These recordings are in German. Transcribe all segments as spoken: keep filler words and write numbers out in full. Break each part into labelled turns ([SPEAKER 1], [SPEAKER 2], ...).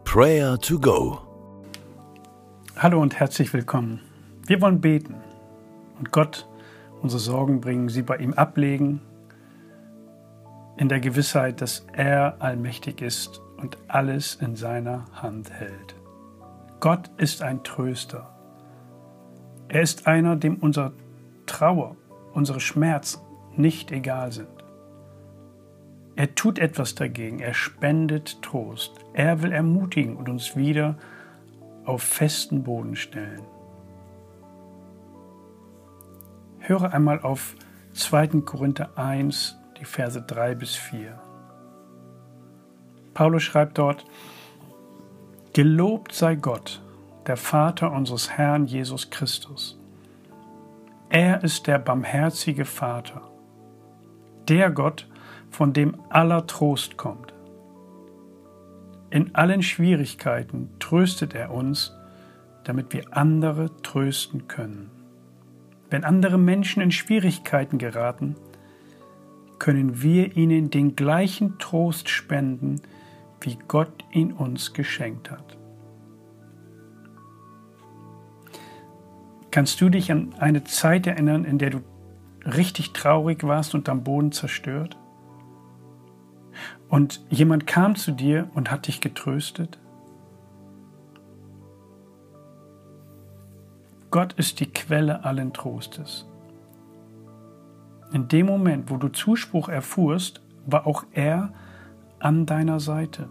[SPEAKER 1] Prayer to Go.
[SPEAKER 2] Hallo und herzlich willkommen. Wir wollen beten und Gott unsere Sorgen bringen, sie bei ihm ablegen, in der Gewissheit, dass er allmächtig ist und alles in seiner Hand hält. Gott ist ein Tröster. Er ist einer, dem unsere Trauer, unsere Schmerzen nicht egal sind. Er tut etwas dagegen, er spendet Trost. Er will ermutigen und uns wieder auf festen Boden stellen. Höre einmal auf zweiter Korinther eins, die Verse drei bis vier. Paulus schreibt dort: Gelobt sei Gott, der Vater unseres Herrn Jesus Christus. Er ist der barmherzige Vater, der Gott, von dem aller Trost kommt. In allen Schwierigkeiten tröstet er uns, damit wir andere trösten können. Wenn andere Menschen in Schwierigkeiten geraten, können wir ihnen den gleichen Trost spenden, wie Gott ihn uns geschenkt hat. Kannst du dich an eine Zeit erinnern, in der du richtig traurig warst und am Boden zerstört? Und jemand kam zu dir und hat dich getröstet? Gott ist die Quelle allen Trostes. In dem Moment, wo du Zuspruch erfuhrst, war auch er an deiner Seite.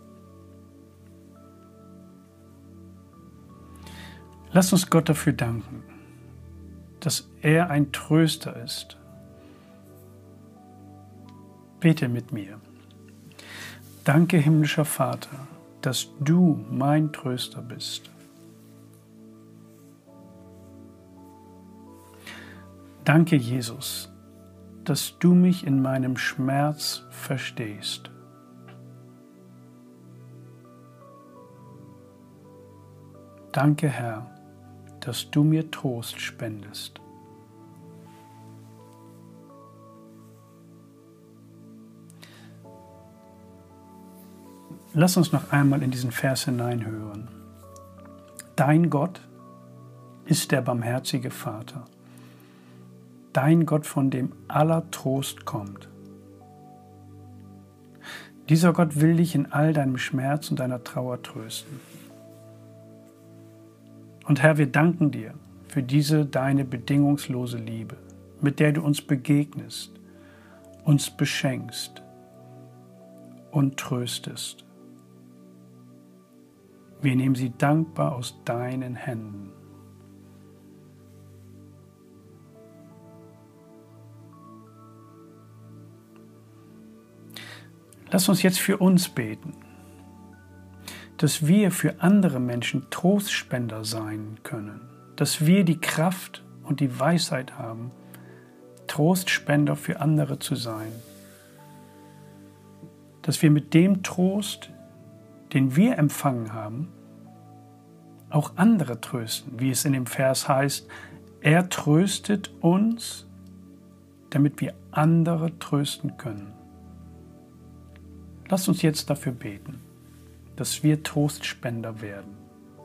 [SPEAKER 2] Lass uns Gott dafür danken, dass er ein Tröster ist. Bete mit mir. Danke, himmlischer Vater, dass du mein Tröster bist. Danke, Jesus, dass du mich in meinem Schmerz verstehst. Danke, Herr, dass du mir Trost spendest. Lass uns noch einmal in diesen Vers hineinhören. Dein Gott ist der barmherzige Vater. Dein Gott, von dem aller Trost kommt. Dieser Gott will dich in all deinem Schmerz und deiner Trauer trösten. Und Herr, wir danken dir für diese deine bedingungslose Liebe, mit der du uns begegnest, uns beschenkst und tröstest. Wir nehmen sie dankbar aus deinen Händen. Lass uns jetzt für uns beten, dass wir für andere Menschen Trostspender sein können, dass wir die Kraft und die Weisheit haben, Trostspender für andere zu sein, dass wir mit dem Trost, den wir empfangen haben, auch andere trösten, wie es in dem Vers heißt, er tröstet uns, damit wir andere trösten können. Lasst uns jetzt dafür beten, dass wir Trostspender werden.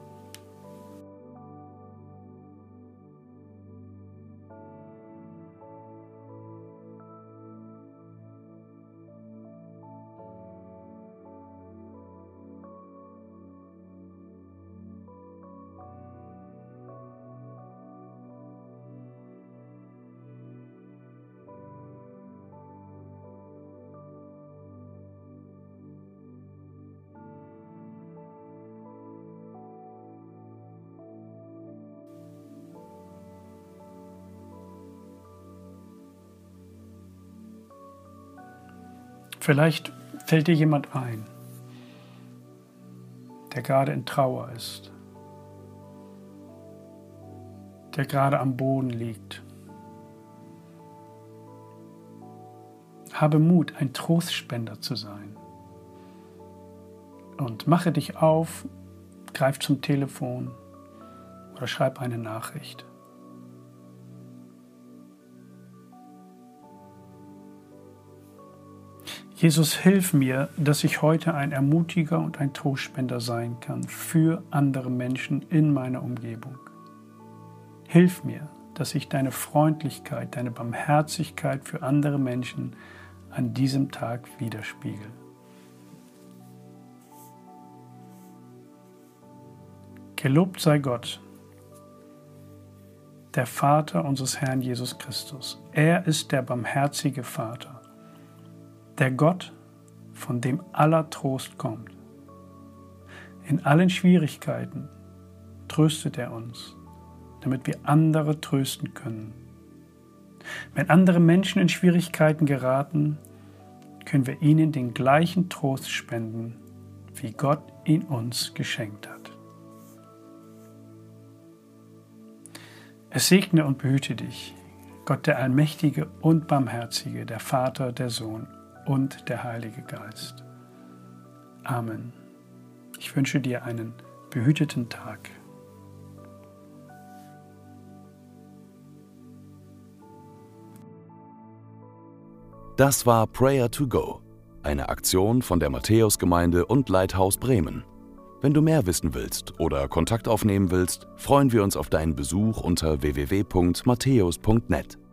[SPEAKER 2] Vielleicht fällt dir jemand ein, der gerade in Trauer ist, der gerade am Boden liegt. Habe Mut, ein Trostspender zu sein. Und mache dich auf, greif zum Telefon oder schreib eine Nachricht. Jesus, hilf mir, dass ich heute ein Ermutiger und ein Trostspender sein kann für andere Menschen in meiner Umgebung. Hilf mir, dass ich deine Freundlichkeit, deine Barmherzigkeit für andere Menschen an diesem Tag widerspiegel. Gelobt sei Gott, der Vater unseres Herrn Jesus Christus. Er ist der barmherzige Vater, der Gott, von dem aller Trost kommt. In allen Schwierigkeiten tröstet er uns, damit wir andere trösten können. Wenn andere Menschen in Schwierigkeiten geraten, können wir ihnen den gleichen Trost spenden, wie Gott ihn uns geschenkt hat. Es segne und behüte dich, Gott der Allmächtige und Barmherzige, der Vater, der Sohn und der Heilige Geist. Amen. Ich wünsche dir einen behüteten Tag.
[SPEAKER 1] Das war Prayer to Go, eine Aktion von der Matthäusgemeinde und Lighthouse Bremen. Wenn du mehr wissen willst oder Kontakt aufnehmen willst, freuen wir uns auf deinen Besuch unter w w w punkt matthäus punkt net.